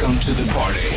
Welcome to the party.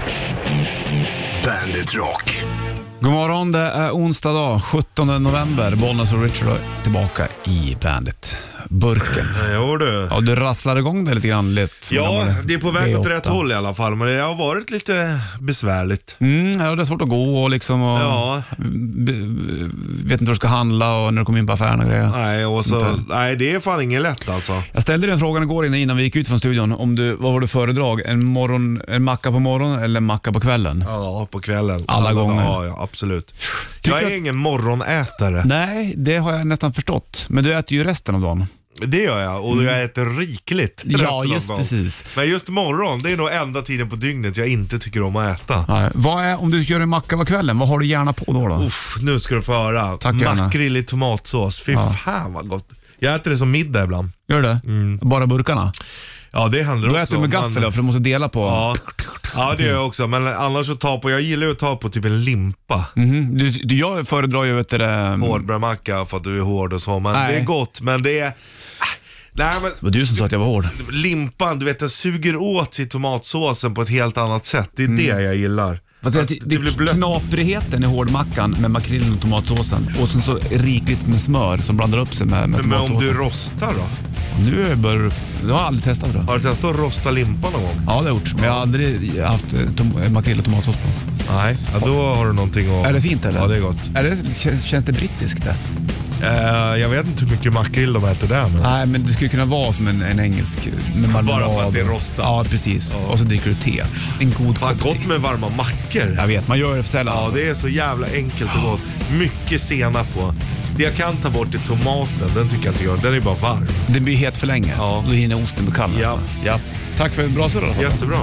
Bandit Rock. God morgon, det är onsdag dag, 17 november. Bollnäs och Richard är tillbaka i Bandit. Burken. Jo du. Ja, du rasslar igång det lite grann. Ja, det är på väg åt rätt håll i alla fall. Men det har varit lite besvärligt. Ja, det är svårt att gå och liksom och vet inte vad du ska handla och när du kommer in på affären och grejer. Nej, det är fan ingen lätt alltså. Jag ställde den frågan igår innan vi gick ut från studion. Vad var du föredrag? En macka på morgonen eller en macka på kvällen? Ja, på kvällen. Alla gånger. Ja, absolut. Jag är ingen morgonätare. Nej, det har jag nästan förstått. Men du äter ju resten av dagen. Det gör jag, och jag äter rikligt. Ja, just precis. Men just morgon, det är nog enda tiden på dygnet jag inte tycker om att äta. Nej. Om du gör en macka på kvällen, vad har du gärna på då? Nu ska du få höra. Makrill i tomatsås. Fy fan vad gott. Jag äter det som middag ibland. Gör det? Bara burkarna? Ja, det handlar också om. Du äter med gaffel då, för du måste dela på. Ja, det gör jag också. Men annars så jag gillar ju att ta på typ en limpa. Jag föredrar ju hårdbrödmacka för att du är hård och så. Men det är gott, men det är... Nej, men det var du som sa att jag var hård. Limpan, du vet, den suger åt sig tomatsåsen på ett helt annat sätt. Det är det jag gillar. Det blir blött. Knaprigheten i hårdmackan med makrillen och tomatsåsen. Och sen så rikligt med smör som blandar upp sig med tomatsåsen. Men om du rostar då? Jag har aldrig testat det. Har du testat att rosta limpan någon gång? Ja, det har jag gjort. Men jag har aldrig haft makrill och tomatsås på. Nej, då har du någonting att... Är det fint eller? Ja, det är gott. Känns det brittiskt det? Jag vet inte hur mycket makrill de äter där. Men... Nej, men det skulle kunna vara som en engelsk med marmelad. Bara för att det är rostat. Ja, precis. Ja. Och så dricker du te. En god kopp gott med varma mackor. Jag vet, man gör det för sällan. Ja, det är så jävla enkelt och gott. Mycket senap på. Det jag kan ta bort är tomaten. Den tycker jag inte gör. Den är bara varm. Den blir het för länge. Ja. Då hinner osten bli kall. Ja. Tack för en bra surra. Jättebra.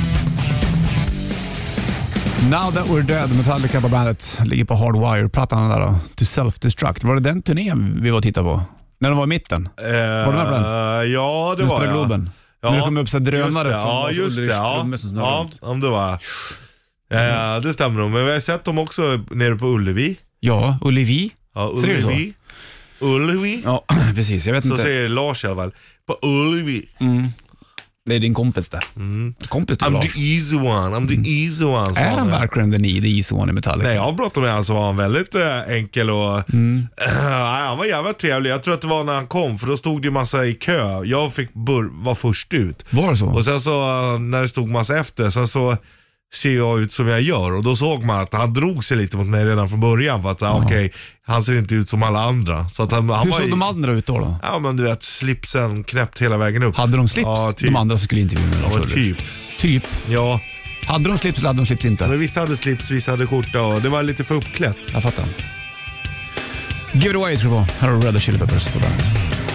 Now That We're Dead, Metallica på bandet, ligger på Hardwire-plattan där då, To Self-Destruct. Var det den turnén vi var och tittade på? När de var i mitten? Var du med på den? Ja, det var jag. Globen. Ja. När det kom upp så drönare från ja, just det. Ja, om det var. Det stämmer nog. Men vi har sett dem också nere på Ullevi. Ja, Ullevi. Ja, Ullevi. Ullevi. Ja, precis. Jag vet inte. Så säger Lars i alla fall. På Ullevi. Det är din kompis där. Kompis I'm the easy one. Easy one. Är han verkligen the easy one i Metallica? Nej, jag har pratat med han så var han väldigt enkel och han var jävligt trevlig. Jag tror att det var när han kom, för då stod det massa i kö. Jag fick vara först ut. Var det så? Och sen så när det stod massa efter, sen så ser jag ut som jag gör. Och då såg man att han drog sig lite mot mig redan från början. För att han ser inte ut som alla andra. Så att han hur såg de andra ut då? Ja, men du vet, slipsen knäppt hela vägen upp. Hade de slips? Ja, typ. De andra som skulle intervjua med Lars. Ja, typ? Ja. Hade de slips eller hade de slips inte? Men vissa hade slips, vissa hade skjorta och det var lite för uppklätt. Jag fattar. Give it away, tror jag. Här har du Red Hot Chili Peppers på bandet.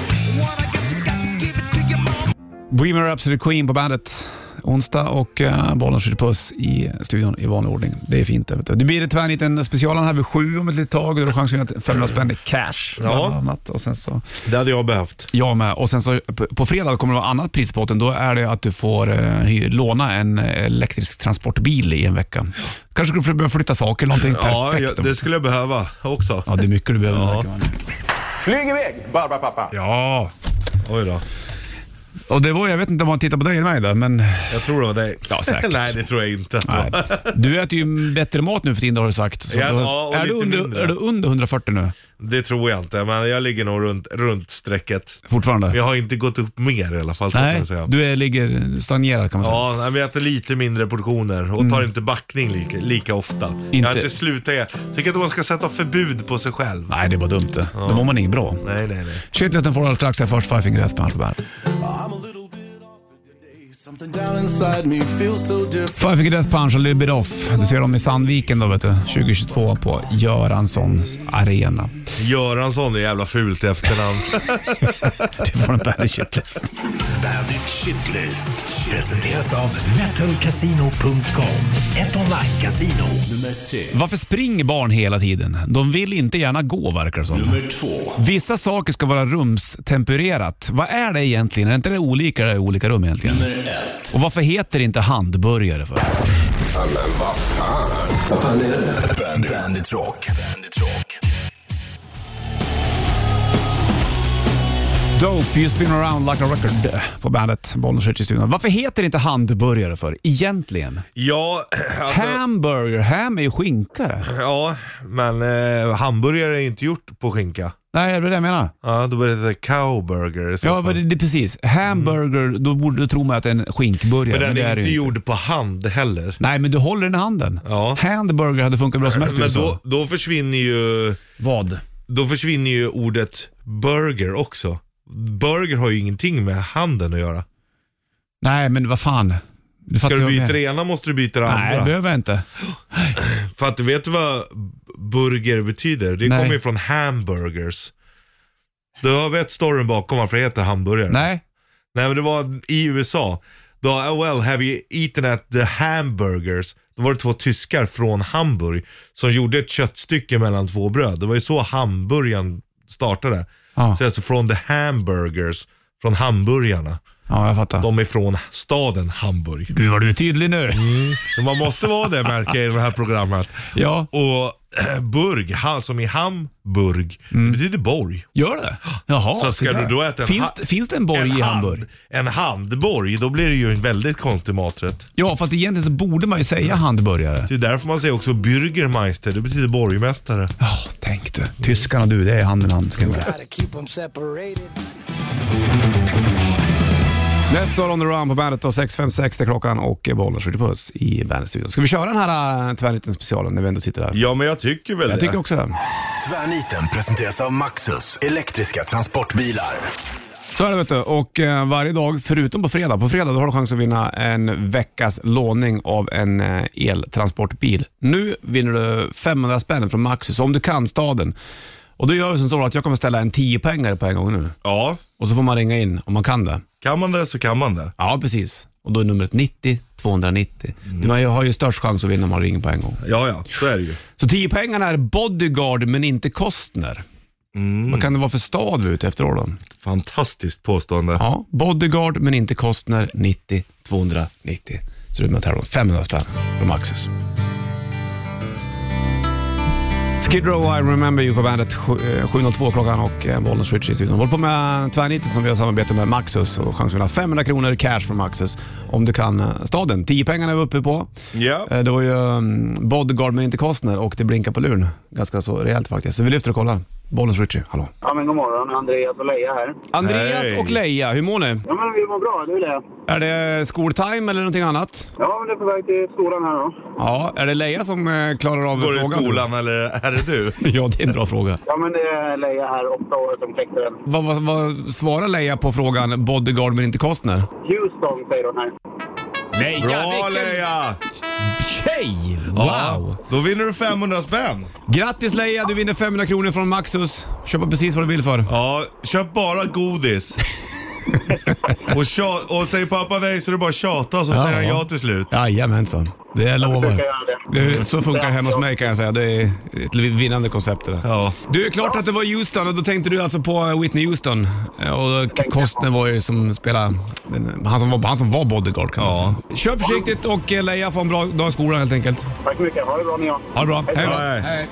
Bohemian Rhapsody Queen på bandet. Onsdag och bollen skjuter puss i studion i vanlig ordning. Det är fint. Vet du. Det blir ett tvärniten specialen här vid 7 om ett litet tag. Du har chansen att 500 spänn i cash. Ja, och sen så, det hade jag behövt. Jag med. Och sen så på fredag kommer det vara annat pris på båten. Då är det att du får låna en elektrisk transportbil i en vecka. Kanske skulle du behöva flytta saker eller någonting. Perfekt. Ja, det skulle jag behöva också. Ja, det är mycket du behöver. Ja. Flyg iväg, pappa. Ja. Oj då. Och det var, jag vet inte om man tittar på dig eller mig där, men... Jag tror det var dig. Ja, säkert. Nej, det tror jag inte. Du äter ju bättre mat nu för tiden, har du sagt. Så är du under 140 nu? Det tror jag inte, men jag ligger nog runt strecket. Fortfarande? Jag har inte gått upp mer i alla fall. Nej, kan jag säga. Du ligger stagnerad kan man säga. Ja, vi äter lite mindre portioner och tar inte backning lika ofta. Jag har inte slutat. Jag tycker att man ska sätta förbud på sig själv. Nej, det är bara dumt det. Ja. Då mår man inget bra. Nej. Shitlisten får alldeles strax här först. Five Finger Death Punch på bandet. Five Finger Death Punch och Little Bit Off. Du ser dem i Sandviken då, vet du. 2022 på Göranssons arena. Göransson är jävla fult i efternamn. Du får en Bandit Shitlist. Bandit Shitlist presenteras av metalcasino.com. Ett online-casino. Nummer 3. Varför springer barn hela tiden? De vill inte gärna gå, verkar det som. Nummer 2. Vissa saker ska vara rumstempererat. Vad är det egentligen? Är inte det olika i olika rum egentligen? Nummer 1. Och varför heter det inte handburgare för? Ja, men vad fan är det? Bandit Rock. Dope, you spin around like a record på bandet Bollnäs Ritchie studion. Varför heter det inte hamburgare för egentligen? Ja, alltså, Hamburger, ham är ju skinkare. ja, men hamburgare är inte gjort på skinka. Nej, det är det jag menar. Ja, då blir det cowburger i så Ja, fall. men det är precis. Hamburger, då borde du tro mig att det är en skinkburgare. Men den det är det inte ju gjord på hand heller. Nej, men du håller den i handen. Ja. Hamburger hade funkat bra som helst. Men så. då försvinner ju Vad? Då försvinner ju ordet burger också. Burger har ju ingenting med handen att göra. Nej, men vad fan. Du Ska fattar du vad jag byta menar. det ena måste du byta det Nej, det andra. behöver jag inte. För att du vet vad burger betyder? Det Nej. kommer ju från hamburgers. Du vet storyn bakom varför det heter hamburgare? Nej. Nej, men det var i USA. Då, well, have you eaten at the hamburgers? Då var det 2 tyskar från Hamburg som gjorde ett köttstycke mellan 2 bröd. Det var ju så hamburgaren startade. Ja. Så alltså från the hamburgers, från hamburgarna. Ja, jag fattar. De är från staden Hamburg. Gud vad du är tydlig nu. Men man måste vara det, märker jag i det här programmet. Ja, Och burg, som i Hamburg, det betyder borg. gör det? Jaha, Så ska där. du då äta Finns det en borg i Hamburg? En handborg, då blir det ju en väldigt konstig maträtt. Ja, fast egentligen så borde man ju säga hamburgare. Det är därför man säger också Bürgermeister, det betyder borgmästare. Ja, tänk du. Tyskarna och du, det är hand i hand. Ska jag säga. Gotta keep them separated. Nästa år on the run på bandet då, 656 är klockan och Bollnäs Ritchie Puss i bandetstudion. Ska vi köra den här tvärniten specialen när vi ändå sitter där? Ja, men jag tycker väl Jag det. tycker också det. Tvärniten presenteras av Maxus, elektriska transportbilar. Så är det, vet du. Och varje dag, förutom på fredag då har du chans att vinna en veckas låning av en eltransportbil. Nu vinner du 500 spänn från Maxus om du kan staden. Och då gör vi som så att jag kommer ställa en 10-pengare på en gång nu. Ja, Och så får man ringa in om man kan det. kan man det så kan man det. Ja, precis. Och då är numret 90 290. Man har ju störst chans att vinna om man ringer på en gång. Ja, så är det ju. Så 10-pengarna är Bodyguard men inte Kostner. Vad kan det vara för stad vi är ute efter då? Fantastiskt påstående. Ja, Bodyguard men inte Kostner, 90 290. Så det är med att 500 spänn från Maxus. Skid Row, I Remember You på bandet 702 klockan och Bollnäs Ritchie i studion. Håller på med tvärniten som vi har samarbete med Maxus och chans att vinna 500 kronor cash från Maxus om du kan staden. 10-pengarna är vi uppe på. Ja. Det var ju Bodyguard men inte Kostner och det blinkar på luren. Ganska så rejält faktiskt. Så vi lyfter och kollar. Bollnäs Ritchie, hallå. Ja, men god morgon. Andreas och Leia här. Andreas Hej. och Leia, hur mår ni? Ja, men vi mår bra. Du är det? Är det skoltime eller någonting annat? Ja, men det är på väg till skolan här då. Ja, är det Leia som klarar av Går du i frågan? skolan eller är det du? Ja, det är en bra fråga. Ja, men det är Leia här, 8 år, som täckte den. Vad svarar Leia på frågan Bodyguard men inte Kostner? Houston, säger hon här. Nej, Bra Leia! tjej! Ja, Wow! då vinner du 500 spänn. Grattis Leia, du vinner 500 kronor från Maxus. Köpa precis vad du vill för. Ja, köp bara godis. och säger pappa nej så är det bara tjata och så säger han ja till slut. Jajamensan, det jag lovar. brukar göra det. Så funkar det hemma hos mig kan jag säga. Det är ett vinnande koncept det där. Ja. Du, är klart att det var Houston och då tänkte du alltså på Whitney Houston. Och Kostner var ju som spelade, han som var Bodyguard kan man Ja. säga. Kör försiktigt och Leia får en bra dag i skolan helt enkelt. Tack så mycket. Ha det bra ni. Ha det bra. Hej då. Hej. Hej.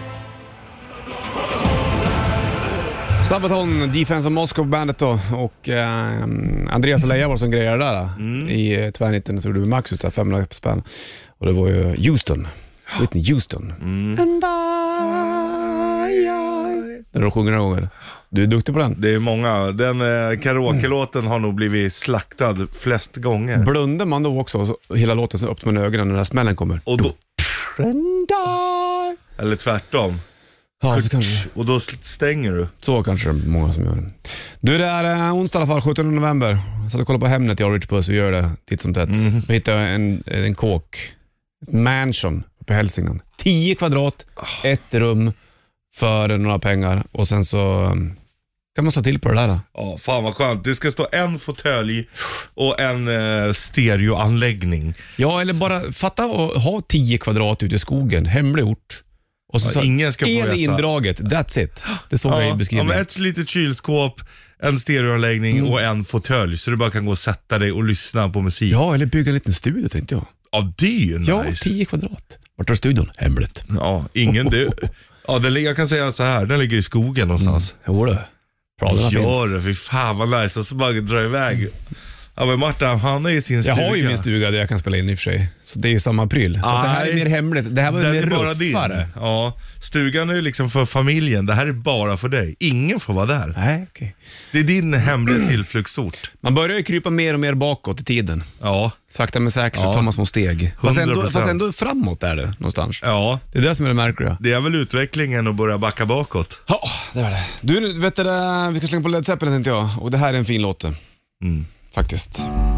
Sabaton, Defense of Moscow bandet då. Och Andreas och Leia var som grejer där i tvärnitten så gjorde vi Maxus där, 500 spänn. Och det var ju Houston, Whitney Houston. And I. När du sjunger några gånger. Du är duktig på den. Det är många. Den karaoke-låten har nog blivit slaktad flest gånger. Blundar man då också så hela låten så öppnar man ögonen när den här smällen kommer. Och då, And I. eller tvärtom. Ja, så kanske. Och då stänger du. Så kanske det är många som gör det. Du, det är onsdag i alla fall, 17 november. Så att kolla på Hemnet, jag och Ritchie Puss, vi gör det titt som tätt. Vi hittade en kåk, ett mansion uppe i Hälsingland. 10 kvadrat, ett rum för några pengar och sen så kan man slå till på det där. Ja, fan vad skönt. Det ska stå en fåtölj och en stereoanläggning. Ja, eller bara fatta och ha 10 kvadrat ute i skogen, hemlig ort. Och så, Ja, ingen ska få el veta. indraget, that's it. Det såg jag i Ja, beskrivningen. ett litet kylskåp, en stereoanläggning och en fåtölj så du bara kan gå och sätta dig och lyssna på musik. Ja, eller bygga en liten studio tänkte jag. Ja, det är ju nice. Ja, 10 kvadrat. Vart har studion? Hemligt. Ja, ingen det. Ja, jag kan säga så här, den ligger i skogen någonstans. Jo då. Raderna finns. Ja det, fy fan vad nice. Och så bara dra iväg. Ja men Martin, han är i sin stuga. Jag har ju min stuga där jag kan spela in i och för sig. Så det är ju samma pryl. Fast det här är mer hemligt. Det här var ju mer ruffare. Ja, stugan är ju liksom för familjen. Det här är bara för dig. Ingen får vara där. Nej, okej. Det är din hemliga tillflyktsort. Man börjar ju krypa mer och mer bakåt i tiden. Ja. Sakta men säkert så tar man små steg. Fast 100%. ändå framåt är det någonstans. Ja. Det är det som är det märkliga. Det är väl utvecklingen att börja backa bakåt. Ja, det är det. Du, vet du, vi ska slänga på Led Zeppelin tänkte jag. Och det här är en fin låt. Faktiskt.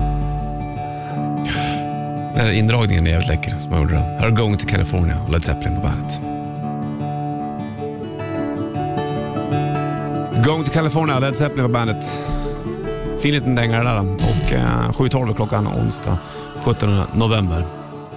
Den här indragningen är jävligt läcker som jag gjorde den. Här är Going to California och Led Zeppelin på bandet. Going to California, Led Zeppelin på bandet. Fin liten dängare där. Och 7:12 klockan onsdag 17 november.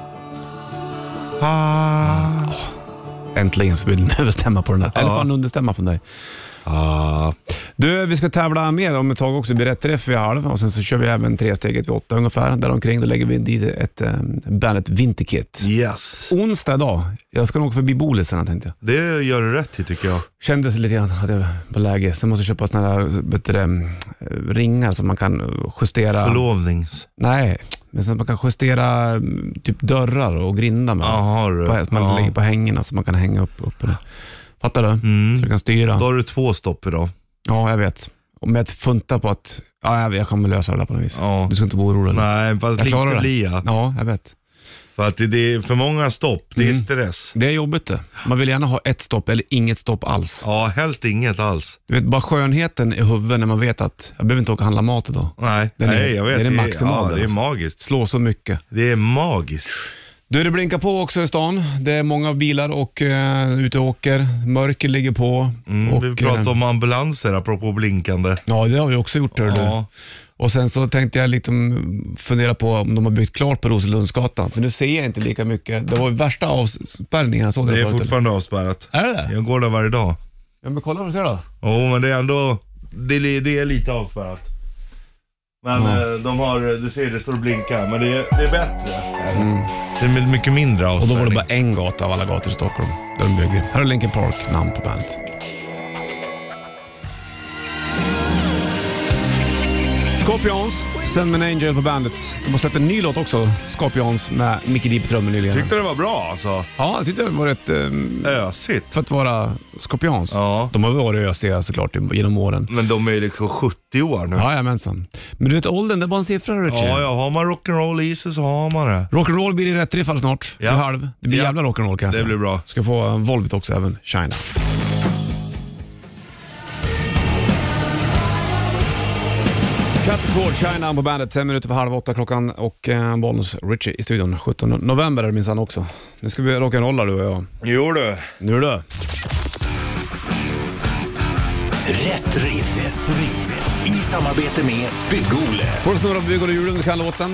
Äntligen så vill den överstämma på den här. Eller fan understämma från dig. Du, vi ska tävla mer om ett tag också. Det blir rätt träff vid halv. Och sen så kör vi även 3-steget vid 8 ungefär. Där omkring då lägger vi dit ett Bandet Vinterkit. Yes. Onsdag idag. Jag ska nog förbi Bolisarna tänkte jag. Det gör du rätt i tycker jag. Kändes lite grann att jag var läge. Sen måste jag köpa såna här ringar som man kan justera. Förlovnings. Nej, men så man kan justera typ dörrar och grindar med. Jaha du. Man lägger på hängena så man kan hänga upp det. Fattar du? Så du kan styra. Då har du 2 stopp idag. Ja, jag vet. Och med att funta på att jag kommer lösa det där på något vis. Ja. Du ska inte vara orolig. Nej, fast lite blir jag. Ja, jag vet. För att det är för många stopp, det är stress. Det är jobbigt det. Man vill gärna ha ett stopp eller inget stopp alls. Ja, helst inget alls. Du vet, bara skönheten i huvudet när man vet att jag behöver inte åka och handla mat idag. Nej, jag vet. Det är det maximala. Ja, det är magiskt. Slå så mycket. Det är magiskt. Du, det blinkar på också i stan. Det är många bilar och ute och åker. Mörker ligger på. Och, vi pratar om ambulanser apropå blinkande. Ja, det har vi också gjort. Ja. Och sen så tänkte jag liksom fundera på om de har byggt klart på Roselundsgatan. För nu ser jag inte lika mycket. Det var ju värsta avspärrningarna. Så det är fortfarande avspärrat. Är det? Jag går där varje dag. Ja, men kolla vad du ser då. Men det är ändå, det är lite avspärrat. Men du ser det står och blinkar. Men det är bättre. Det är mycket mindre avspärrning. Och då var det bara en gata av alla gator i Stockholm där de bygger. Här är Linkin Park, namn på bandet. Scorpions, Send Me An Angel på bandet. De har släppt en ny låt också, Scorpions med Mickey D på trummor nyligen. Tyckte det var bra alltså? Ja, jag tyckte det var rätt ösigt. För att vara Scorpions. Ja. De har varit ösiga såklart genom åren. Men de är ju liksom 70 år nu. Ja, jamensan. Men du vet, åldern, det är bara en siffra, Richie. Ja, har man rock'n'roll i sig så har man det. Rock'n'roll blir det rätt i fall snart. Ja. Vid halv. Det blir jävla rock'n'roll kan jag säga. Det blir bra. Ska få Volvit också även, China. Cut China på bandet, 5 minuter för 7:30 klockan och Bollnäs Richie i studion. 17 november är det minsann också. Nu ska vi rock'n'rolla du och jag. Jo du. Nu är det. Rätt riff. I samarbete med Bygg-Ole. Får du snurra på Bygg-Ole Julen, du kan låten.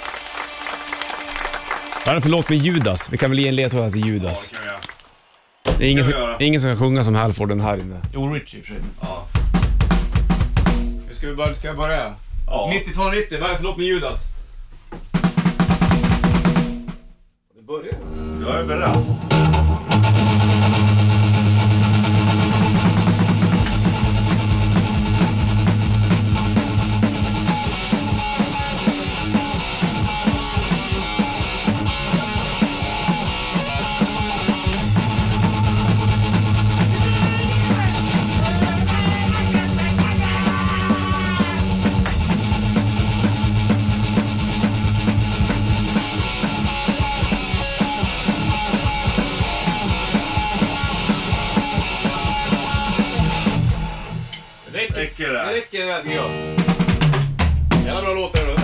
Vad är det för låt med Judas? Vi kan väl ge en ledtråd till Judas. Det är ingen som kan sjunga som Halford den här inne. Jo, Richie för sig. Ja. Ska jag börja? Ja. 90-290, vad är det för låt med Judas? Det börjar. Jag är beredd. Det räcker det där tycker jag. Jävla bra låt är det.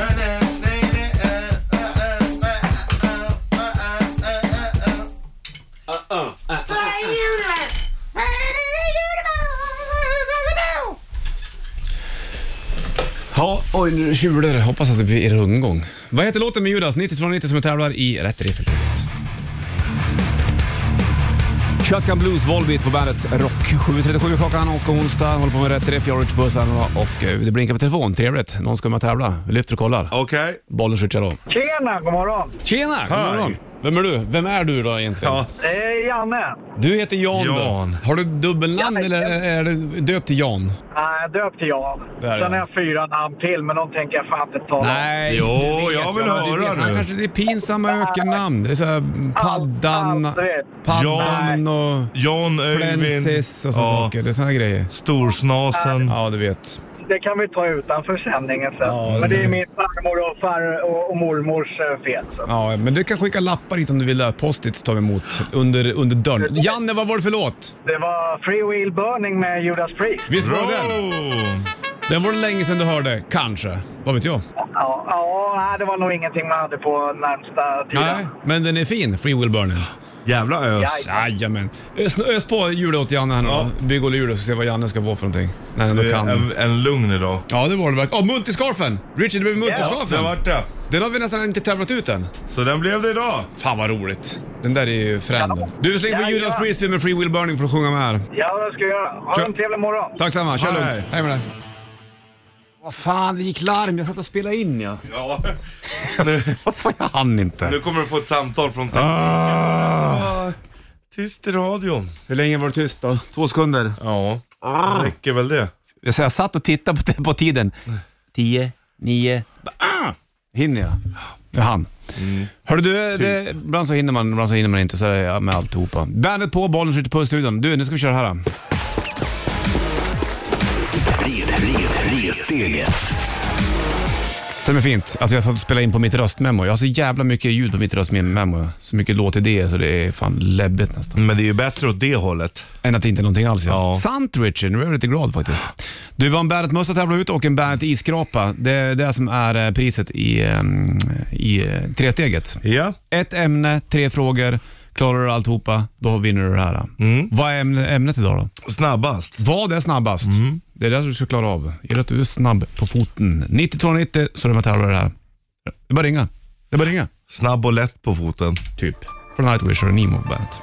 Ja, oj nu tjular det. Hoppas att det blir rundgång. Vad heter låten med Judas? 9290 som tävlar i Rätt Riff. Shotgun Blues, Volbeat på bandet Rock. 7:37 klockan och onsdag. Håller på med Rätt Riff, George Bussen och det blinkar på telefon. Trevligt. Någon ska med tävla. Vi lyfter och kollar. Okej. Bollen switchar då. Tjena, god morgon. Tjena, god morgon. Vem är du? Vem är du då egentligen? Ja. Janne. Du heter Jan då. Jan. Har du dubbelnamn eller är du döpt till Jan? Nej, döpt till Jan. Där, Sen ja. har jag 4 namn till, men de tänker jag fan inte tala om. Nej. Jo, det vet jag vill men höra du vet, nu. Kanske det är pinsamma ökennamn. Det är såhär Paddan och John Öyvind. Flensis och så saker. Det är såna grejer. Storsnasen. Ja, du vet. Det kan vi ta utanför sändningen sen. Ja, men det är min farmor och mormors fel. Så. Ja, men du kan skicka lappar hit om du vill att Post-its tar emot under dörren. Janne, vad var det för låt? Det var Free Will Burning med Judas Priest. Visst var Bra! den? Den var det länge sedan du hörde, kanske. Vad vet jag? Ja, det var nog ingenting man hade på närmsta tiden. Nej, men den är fin, Free Will Burning. Jävla ös. Jajamän. Ös på hjulet åt Janne här nu Ja. då. Bygg och ljudet så se vad Janne ska vara för någonting. När han ändå kan. En lugn idag. Ja, det var det verkligen. Multiscarfen! Richard, det blev multiscarfen. Det vart det. Den har vi nästan inte tävlat ut än. Så den blev det idag. Fan vad roligt. Den där är ju frän. Du slänger på Ja, Judas ja. Priest med Free Will Burning för att sjunga med här. Ja, det ska jag göra. Ha Kör. en trevlig morgon. Tack samma, kör Hej. lugnt. Hej med dig. Vad fan, det gick larm. Jag satt och spelade in ja. Ja. Nu, Vad fan, jag hann inte. nu kommer du få ett samtal från tekniken. Tyst i radion. Hur länge var det tyst då? 2 sekunder. Ja, räcker väl det. Jag satt och tittade på tiden. 10, 9. Hinner jag? Jag hann. Hörru du, ibland så hinner man, ibland så hinner man inte. Så är det med alltihopa. Bandet på, bollen skjuter på studion. Du, nu ska vi köra här. Tre-steget. Det är fint. Alltså jag satt och spelade in på mitt röstmemo. Jag har så jävla mycket ljud på mitt röstmemo. Så mycket låtidéer så det är fan läbbigt nästan. Men det är ju bättre åt det hållet. Än att det inte är någonting alls. Ja. Sant Richard, nu är jag lite glad faktiskt. Du var en Bandet-mössa tävlar ut och en Bandet-iskrapa. Det är det som är priset i 3-steget. Ja. 1 ämne, 3 frågor. Klarar du alltihopa, då vinner du det här. Vad är ämnet idag då? Snabbast. Vad är snabbast? Det är det du ska klara av. Är det att du är snabb på foten? 9290 så är det med tävlar det här. Det är bara ringa. Det är bara ringa. Snabb och lätt på foten. Typ. Från Nightwish och Nemo på bandet.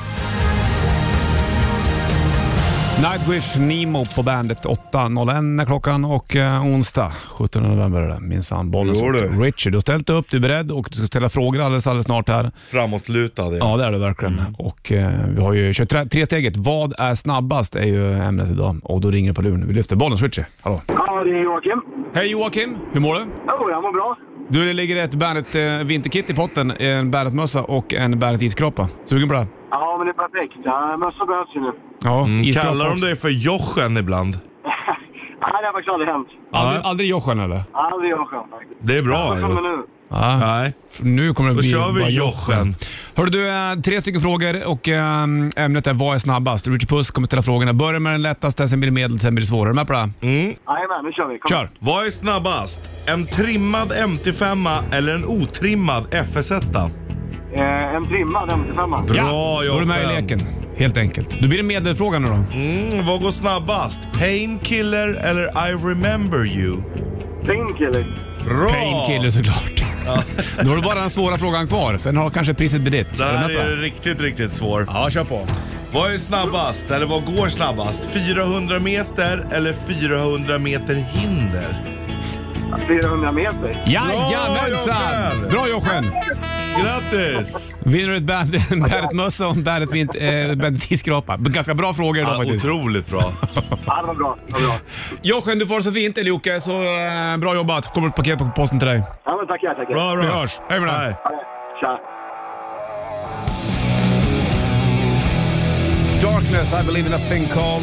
Nightwish, Nemo på bandet 8.01 klockan och onsdag 17 november är det. Minsann, bollen Jo, du. Richard, du har ställt upp, du är beredd och du ska ställa frågor alldeles snart här. Framåtlutad. Ja, det är det verkligen. Och vi har ju kört 3-steget. Vad är snabbast är ju ämnet idag. Och då ringer det på luren. Vi lyfter bollen, Richard. Hallå. Ja, det är Joakim. Hej Joakim, hur mår du? Jo, jag mår bra. Du, det ligger ett Bandet vinterkit i potten, en Bandet-mössa och en Bandet-iskrapa. Sugen på det? Ja, men det är perfekt. Ja, mössa behövs ju nu. Ja, iskrapa Kallar de också. dig för Jochen ibland? Nej, det har faktiskt aldrig hänt. Aldrig Jochen eller? Aldrig Jochen. Det är bra. Vad kommer Eller? nu? Ja. Nej, Nu kommer det då bli kör vi bara Jochen. Hörru du, 3 stycken frågor och ämnet är vad är snabbast? Richard Puss kommer ställa frågorna. Börjar med den lättaste, sen blir det medel, sen blir det svårare. Är du med på det? Jajamän, nu kör vi. Kom. Kör! Vad är snabbast? En trimmad MT5 eller en otrimmad FS1? En trimmad MT5. Bra Då är du med i Jochen. leken. Helt enkelt. Då blir det medelfrågan nu då. Vad går snabbast? Painkiller eller I remember you? Painkiller. Bra! Painkiller såklart. Då har du bara den svåra frågan kvar. Sen har kanske priset blivit. Det här är riktigt svår. Ja, kör på. Vad är snabbast? Eller vad går snabbast? 400 meter eller 400 meter hinder? 400 meter. Jajamensan! Jochen! Bra Jochen! Grattis! Vinner du ett Bandet-mössa och en Bandet-iskrapa. Ganska bra frågor idag Ja, faktiskt. otroligt bra. Ja, det var bra. Det var bra. Jochen, du får det så fint, eller Jocke. Så bra jobbat. Kommer ett paket på posten till dig. Ja, men tackar. Bra. Vi hörs. Hej med dig. Nej. Tja. Darkness, I believe in a thing called...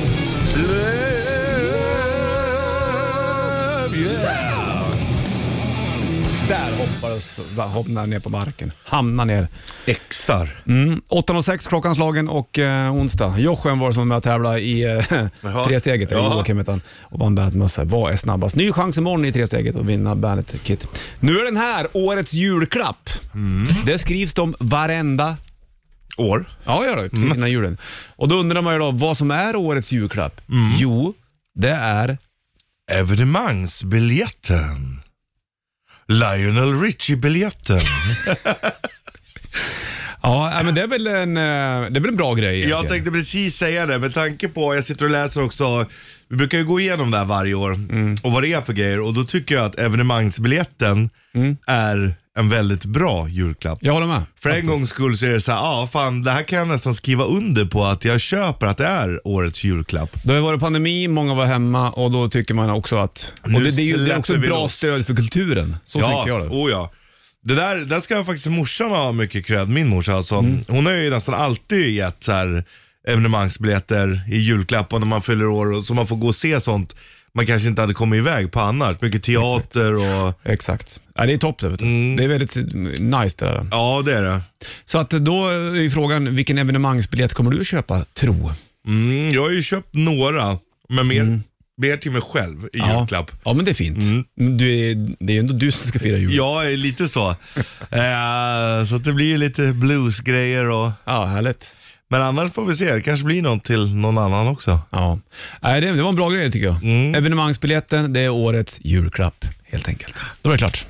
Där hoppar ner på marken. Hamnar ner. Exar. 8.06 klockan slagen och onsdag. Jochen var som var med att tävla i 3-steget. Ja. Och vann Bandet-mössa. Vad är snabbast? Ny chans imorgon i 3-steget att vinna Bandet-kit. Nu är den här årets julklapp. Det skrivs de varenda År. Ja, gör det. Precis innan julen. Och då undrar man ju då vad som är årets julklapp. Jo, det är... Evenemangsbiljetten. Lionel Richie-biljetten. Ja, men det är väl en bra grej egentligen. Jag tänkte precis säga det, med tanke på, jag sitter och läser också, vi brukar ju gå igenom det här varje år och vad det är för grejer, och då tycker jag att evenemangsbiljetten är en väldigt bra julklapp. Jag håller med. För en gångs skull så är det så här, fan, det här kan jag nästan skriva under på att jag köper att det är årets julklapp. Då har det varit pandemi, många var hemma och då tycker man också att... Och det är också ett bra stöd för kulturen. Så tycker jag det. Ja. Det där ska faktiskt morsan ha mycket cred, min morsa alltså. Hon har ju nästan alltid gett så här evenemangsbiljetter i julklapp när man fyller år, och så man får gå och se sånt man kanske inte hade kommit iväg på annars. Mycket teater och... Exakt. Ja, det är topp det, vet du. Det är väldigt nice det där. Ja, det är det. Så att då är frågan, vilken evenemangsbiljett kommer du att köpa, tro? Jag har ju köpt några, men mer till mig själv i julklapp. Ja, men det är fint. Det är ju ändå du som ska fira jul. Ja, lite så. Så att det blir lite bluesgrejer och... Ja, härligt. Men annars får vi se, det kanske blir något till någon annan också. Ja, det var en bra grej tycker jag. Evenemangsbiljetten, det är årets julklapp helt enkelt. Då är det klart.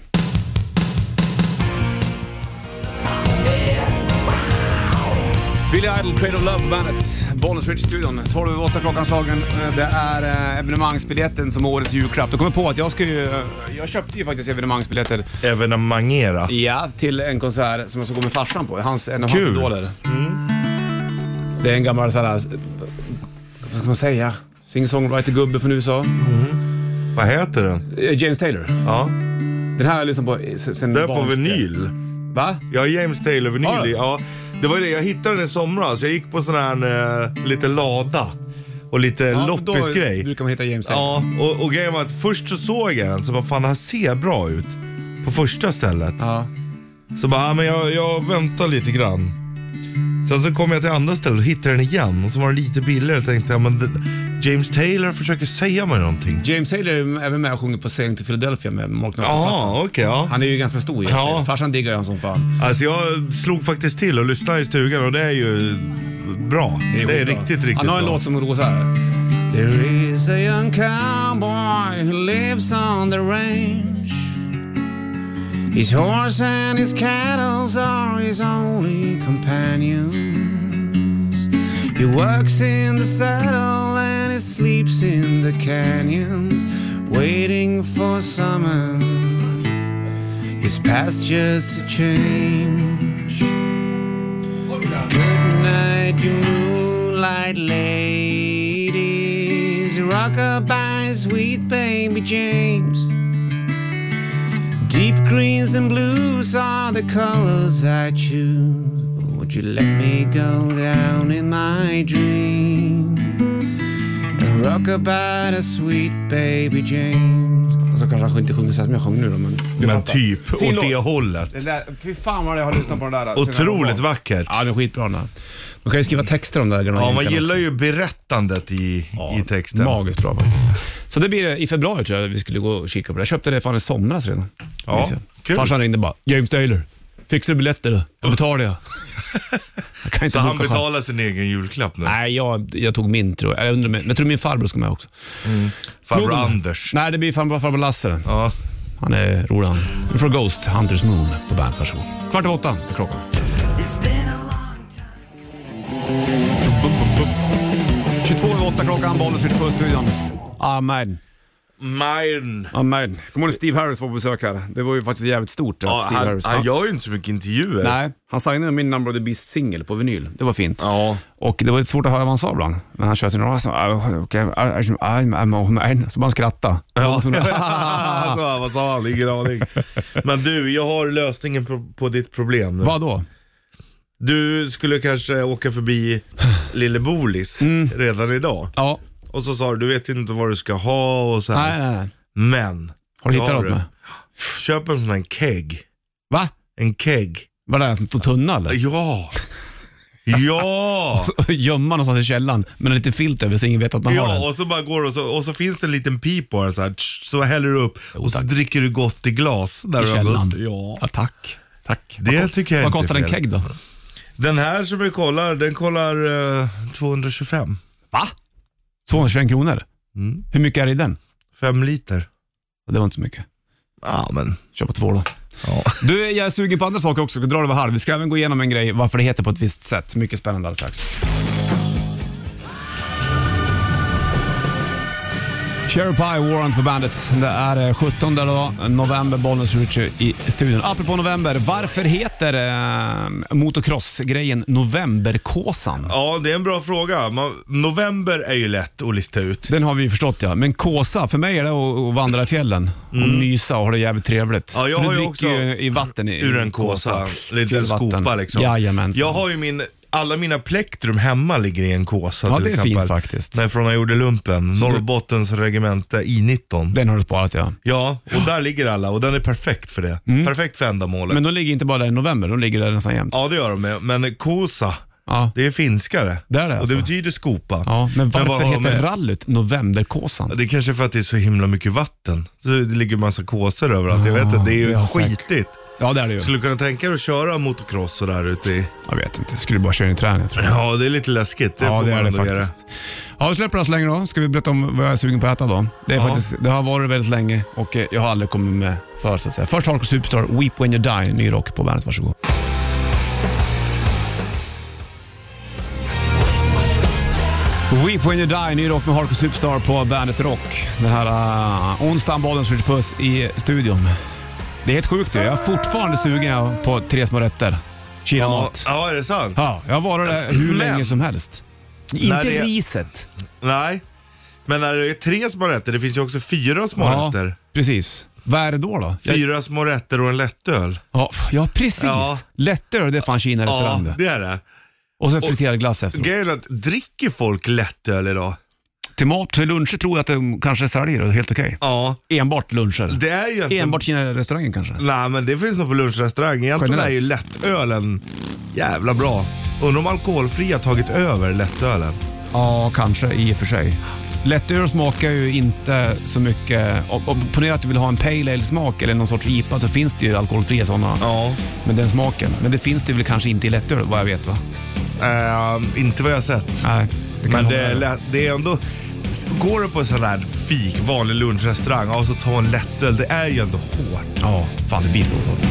Billy Idol, Cradle of Love på bandet. Bollnäs Ridge-studion, 12:08 klockanslagen. Det är evenemangsbiljetten som årets julklapp. Då kommer på att jag köpte ju faktiskt evenemangsbiljetter. Evenemangera? Ja, till en konsert som jag ska gå med farsan på. En av hans idoler. Det är en gammal sån här, vad ska man säga, singer-songwriter-gubbe från USA. Vad heter den? James Taylor. Ja. Den här har jag lyssnat på sen det är på vinyl. Va? Ja, James Taylor vinyl. Ja. Det var det, jag hittade den i somras. Jag gick på sån här lite lada och lite loppisgrej. Då brukar man hitta James Taylor. Ja, och grejen var att först så såg jag den, så bara, fan, han ser bra ut på första stället. Ja. Så bara, men jag väntar lite grann. Sen så kom jag till andra stället och hittade den igen, och så var den lite billigare. Jag tänkte, men James Taylor försöker säga mig någonting. James Taylor är även med och sjunger på Sailing to Philadelphia med Mark Knopfler. Ja, okej, ja. Han är ju ganska stor egentligen. Ja. Farsan diggar han som fan. Alltså jag slog faktiskt till och lyssnade i stugan, och det är ju bra. Det är riktigt bra. Han har en låt som går så här. There is a young cowboy who lives on the range. His horse and his cattle are his only companions. He works in the saddle and he sleeps in the canyons, waiting for summer, his pastures to change. Good night, you moonlight ladies, rock-a-bye, sweet baby James. Deep greens and blues are the colors I choose. Would you let me go down in my dream and rock about a sweet baby James? Alltså kanske jag inte sjunger så här som jag sjunger nu då, men typ åt det hållet. Det där, fy fan vad jag har lyssnat på den där. Otroligt vackert. Ja, det är skitbra den där. De kan ju skriva texter om det där. Ja, man gillar också ju berättandet i texten. Magiskt bra faktiskt. Så det blir det i februari, tror jag vi skulle gå och kika på det. Jag köpte det fan i somras redan. Ja, kul. Farsan ringde bara, James Taylor, fixar du biljetter då? Jag betalar jag. Så han betalar sin egen julklapp nu? Nej, jag tog min, tror jag. Jag tror min farbror ska med också. Farbror Anders? Nej, det blir farbror Lasse. Ja. Han är rolig. Nu får Ghost, Hunters Moon på bandet. 7:15 är klockan. 22:08 klockan, bollen skjuter på studion. Amen. Amen. Kommer ihåg Steve Harris var på besök här. Det var ju faktiskt jävligt stort att Steve Harris. Han gör ju inte så mycket intervjuer. Nej, han signade min Number of the Beast single på vinyl. Det var fint. Ja. Och det var lite svårt att höra vad han sa ibland. Men han kör sin röst. Så bara skratta. Ja. Vad sa han? Ingen aning. Men du, jag har lösningen på ditt problem nu. Vad då? Du skulle kanske åka förbi Lille Bolis redan idag. Ja. Och så sa du vet inte vad du ska ha och så här. Nej. Men har du hittat något med? Köp en sån här keg. Va? En keg. Var det en som tog tunna eller? Ja. Ja. Gömma någonstans i källan med en liten filt över så ingen vet att man har den. Ja, och så bara går och så finns det en liten pip på den så här. Så häller du upp och så dricker du gott i glas där i källan. Ja, tack. Det tycker jag vad inte. Vad kostar en keg då? Den här som vi kollar, den kollar 225. Va? 225 kronor? Hur mycket är det i den? 5 liter. Det var inte så mycket. Ja, men köpa 2 då. Ja. Du, jag är sugen på andra saker också. Vi drar över halv. Vi ska även gå igenom en grej, varför det heter på ett visst sätt. Mycket spännande alldeles strax. Cherry Pie, Warrant på bandet. Det är 17 november, Bollnäs Richie i studion. Apropå november, varför heter motocross-grejen Novemberkåsan? Ja, det är en bra fråga. November är ju lätt att lista ut. Den har vi förstått, ja. Men kåsa, för mig är det att vandra i fjällen och mysa och ha det jävligt trevligt. Ja, jag för har du ju dricker också ju i vatten ur en kåsa. Lite en skopa liksom. Jajamensan. Jag har ju alla mina plektrum hemma ligger i en kåsa. Ja, till det är exempel. fint faktiskt. När från jag gjorde lumpen. Norrbottens regemente I-19. Den har du sparat, ja. Ja, och där ligger alla och den är perfekt för det. Perfekt för ändamålet. Men de ligger inte bara där i november, de ligger där nästan jämt. Ja, det gör de med. Men kåsa, Ja. det är finskare. Det är det och alltså. det betyder skopa. Ja, men varför vad heter med? rallyt Novemberkåsan? Det är kanske för att det är så himla mycket vatten. Så det ligger massa kåsor överallt. Jag vet inte, det är ju det har säkert. skitigt. Ja, det är det ju. Skulle du kunna tänka dig att köra motocross så där ute i... Jag vet inte, skulle bara köra in i träning, tror jag. Ja, det är lite läskigt. Ja, får det man är det ändå faktiskt. Ja, vi släpper oss längre då. Ska vi berätta om vad jag är sugen på att äta då? Det är faktiskt, det har varit väldigt länge och jag har aldrig kommit med för, så att säga. Först Hardcore Superstar, Weep When You Die, ny rock på bandet, varsågod. Weep When You Die, ny rock med Hardcore Superstar på bandet Rock. Den här onsdagen, Bollnäs Richie Puss i studion. Det är helt sjukt det. Jag är fortfarande sugen på 3 små rätter. Kinamat. Ja, är det sant? Ja, jag har varit där hur länge som helst. Inte det- riset. Nej. Men när det är 3 små rätter, det finns ju också 4 små Ja, rätter. precis. Vad är det då? 4 små rätter och en lättöl. Ja, precis. Ja. Lättöl, det är fan Kina-restaurang Ja, det. det är det. Och så friterad glass efteråt. Grejen är att dricker folk lättöl idag? Till mat, till luncher tror jag att de kanske säljer det helt okej. Ja. Enbart luncher. Det är ju egentligen... Enbart Kina-restaurangen kanske. Nej, men det finns nog på lunchrestaurang. Egentligen Generellt. är ju lättölen jävla bra. Undrar om alkoholfria tagit över lättölen. Ja, kanske i och för sig. Lättöl smakar ju inte så mycket. Och ponera att du vill ha en pale ale-smak eller någon sorts IPA, så finns det ju alkoholfria sådana. Ja. Men den smaken. Men det finns det väl kanske inte i lättöl, vad jag vet, va? Inte vad jag har sett. Nej. Men det är ändå... Går du på en sån där vanlig lunchrestaurang och så tar en lättöl, det är ju ändå hårt. Ja, fan det blir så gott.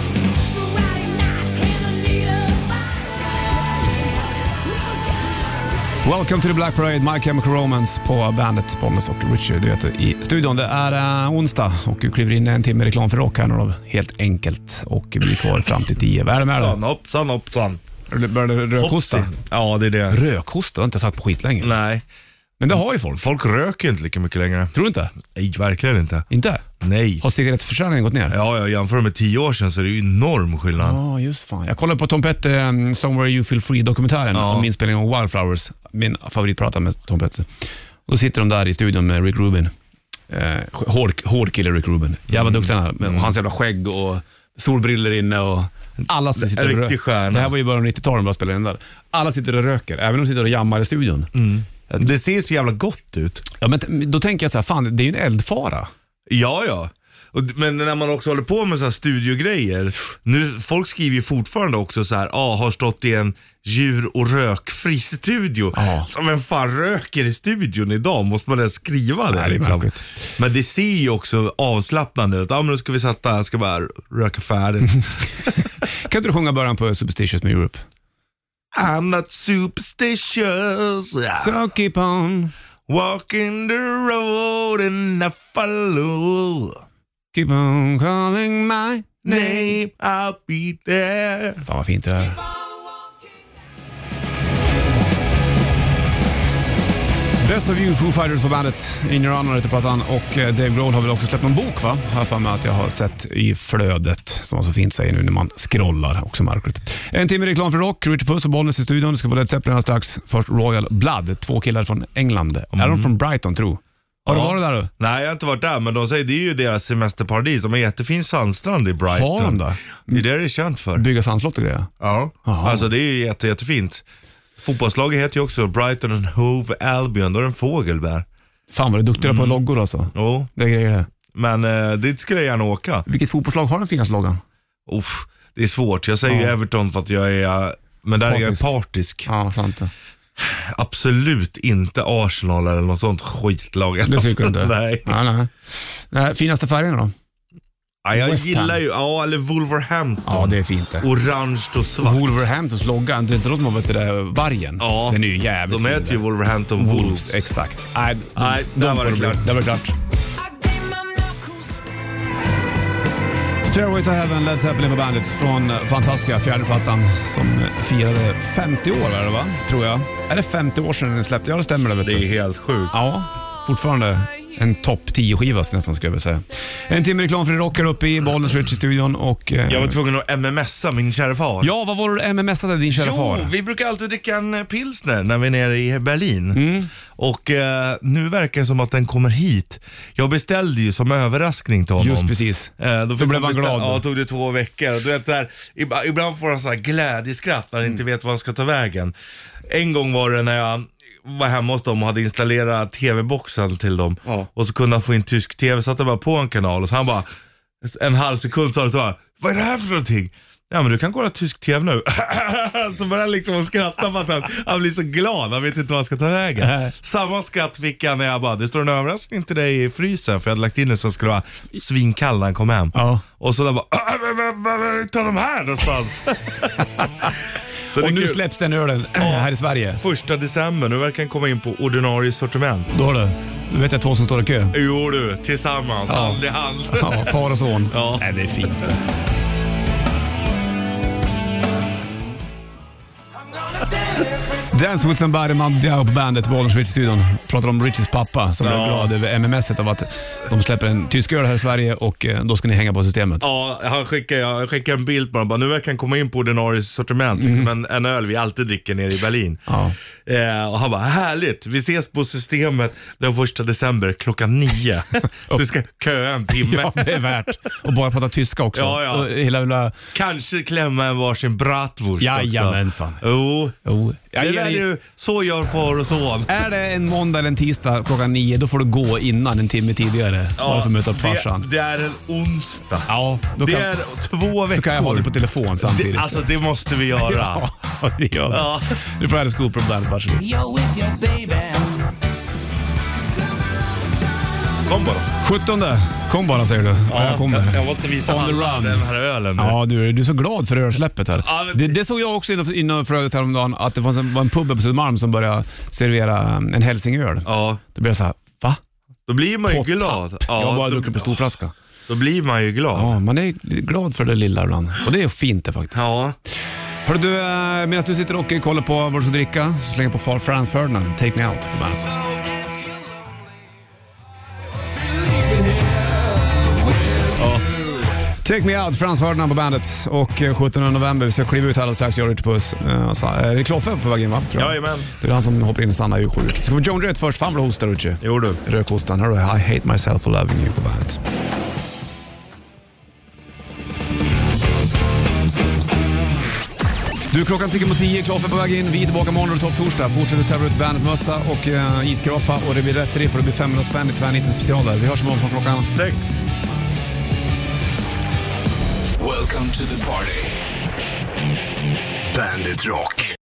Welcome to the Black Parade, My Chemical Romance på bandet Bollnäs och Richie, du vet, i studion. Det är onsdag och du kliver in en timme reklam för rock här nu då, helt enkelt. Och vi är kvar fram till 10. Vad är det med det? Hoppsan. Börjar det rökhosta? Hoppsi. Ja, det är det. Rökhosta har jag inte sagt på skit länge. Nej. Men det har ju folk. Folk röker inte lika mycket längre. Tror du inte? Nej, verkligen inte. Inte? Nej. Har cigarettförsäljningen gått ner? Ja, jag jämför med 10 år sedan så är det ju enorm skillnad. Ja, just fan. Jag kollade på Tom Petty, Somewhere You Feel Free-dokumentären om inspelningen av Wildflowers. Min favoritprata med Tom Petty. Och då sitter de där i studion med Rick Rubin. Hård kille Rick Rubin. Jävla duktig han är. Med hans jävla skägg och solbriller inne och alla sitter och riktig stjärna. Det här var ju bara 90-talet bara spelade den där. Alla sitter och röker, även om de sitter och jammar i studion. Det ser så jävla gott ut. Ja, men då tänker jag så här, fan, det är ju en eldfara. Ja. Men när man också håller på med så här studiogrejer. Nu, folk skriver ju fortfarande också så här, har stått i en djur- och rökfri studio. Så vem fan röker i studion idag? Måste man ens skriva det? Nej, det är liksom? märkligt. Men det ser ju också avslappnande ut. Men nu ska vi sätta, jag ska bara röka färdigt. Kan inte du sjunga början på Superstitious med Europe? I'm not superstitious. So keep on, Walking the road and I follow. keep on calling my Name, I'll be there. Fan vad fint det är. Best of You, Foo Fighters på bandet. In Your Honor heter plattan. Och Dave Grohl har väl också släppt någon bok, va? Har för mig att jag har sett i flödet. Som man så fint säger nu när man scrollar. Också märkligt. En timme reklam för rock. Richie Puss och Bollnäs i studion. Det ska få Led Zeppelin strax. Först Royal Blood. 2 killar från England. Är de från Brighton, tro? Har du varit där då? Nej, jag har inte varit där, men de säger det är ju deras semesterparadis. De har jättefin sandstrand i Brighton. Har de där? Det är det är känt för. Bygga sandslott och grejer? Ja, Aha. alltså det är ju jättefint. Fotbollslaget heter ju också Brighton and Hove Albion. Då är det en fågel där. Fan vad du är duktiga på loggor alltså. Jo, Det är grejer det. men dit skulle jag gärna åka. Vilket fotbollslag har den finaste loggan? Det är svårt. Jag säger ju Everton för att jag är... Men där är jag partisk. Ja, sant. Absolut inte Arsenal eller något sånt skitlag. Det tycker du inte? Nej. Nej. Finaste färgerna då? Ja, jag West gillar Ham. ju, eller Wolverhampton. Ja, det är fint det. Orange och svart. Wolverhamptons logga, det är inte de vet det där vargen. Ja, den är ju jävligt de fin heter ju där. Wolverhampton Wolves. Exakt. Nej, där var det klart. Det var klart. Stairway to Heaven, Led Zeppelin på bandet från fantastiska fjärde plattan som firade 50 år, är det va? Tror jag. Är det 50 år sedan den släppte? Ja, det stämmer det, vet du. Det är helt sjukt. Ja, fortfarande en topp 10-skiva nästan, skulle jag vilja säga. En timme reklam för rockar uppe i Bollnäs Rich i studion och... Jag var tvungen att MMSa min kära far. Ja, vad var det MMSade din kära far? Jo, vi brukar alltid dricka en pilsner när vi är nere i Berlin. Och nu verkar det som att den kommer hit. Jag beställde ju som överraskning till honom. Just precis. Då blev han glad. Ja, tog det 2 veckor. Du vet, så här, ibland får han så här glädjeskratt när han inte vet vad han ska ta vägen. En gång var det när jag var hemma hos dem och hade installerat tv-boxen till dem. Ja. Och så kunde han få in tysk tv, satte bara på en kanal och så han bara en halv sekund sa det så här: vad är det här för någonting? Ja, men du kan kolla tysk tv nu. Så började han liksom skratta för att han blir så glad. Han vet inte vad han ska ta vägen. Samma skratt fick jag när jag bara, det står en överraskning till dig i frysen. För jag hade lagt in det så skulle vara svinkall när han kom hem. Ja. Och så där bara, vad tar de här någonstans? Så och nu släpps den ölen här i Sverige. 1 december, nu verkar den komma in på ordinarie sortiment. Då har du vet jag 2 som står i kö. Jo du, tillsammans, hand i hand. Ja, far och son. Ja. Nej, det är fint. Dance with somebody, man Diao på bandet, Bollnäs Rich-studion. Pratar om Richies pappa som är glad över MMS-et av att de släpper en tysk öl här i Sverige och då ska ni hänga på systemet. Ja, jag skickar en bild på dem. Nu verkar han komma in på ordinarie sortiment. Liksom en öl vi alltid dricker nere i Berlin. Ja. Och han bara, härligt, vi ses på systemet den 1 december klockan 9. Så vi ska köa en timme. Ja, det är värt. Och bara prata tyska också. Ja. Och hela... Kanske klämma en varsin bratwurst också. Jajamensan. Jo. Så gör far och son. Är det en måndag eller en tisdag klockan 9, då får du gå innan en timme tidigare. Bara för att möta upp farsan. Det är en onsdag. Ja, det är 2 veckor. Så kan jag ha det på telefon samtidigt. Det måste vi göra. Ja, det gör vi. Ja. Nu får jag Alice Cooper på bandet, varsågod. Kom bara. 17. Kom bara, säger du. Ja, jag kommer. Jag måste visa alla den här ölen. Ja, du är så glad för ölsläppet här. Ja, det såg jag också innan flödet häromdagen, att det var en pub på Södermalm som började servera en hälsingöl. Ja. Då blir jag så här, va? Då blir man ju glad. Ja, jag har bara druckit på stor flaska. Då blir man ju glad. Ja, man är glad för det lilla ibland. Och det är fint det faktiskt. Ja. Hörru du, medan du sitter och kollar på vad du ska dricka, så slänger på Franz Ferdinand, Take Me Out på bandet. Take Me Out, Franz Ferdinand på bandet. Och 17 november, vi ska kliva ut alldeles strax, George Puss. Är det Kloffe på vägen, va? Jajamän. Det är han som hoppar in och stannar, är ju sjuk. Ska vi Joan Jett först? Fan vad du hostar, Richie. Jo du. Rökhostan. Hörru, I Hate Myself for Loving You på bandet. Du, klockan tickar mot 10, Kloffe på väg in. Vi är tillbaka imorgon och topp torsdag. Fortsätter tävla ut bandetmössa och iskrapa. Och det blir rätt riff och det blir 500 spänn i tvärnitten special där. Vi hörs imorgon från klockan 6. Welcome to the party. Bandit Rock.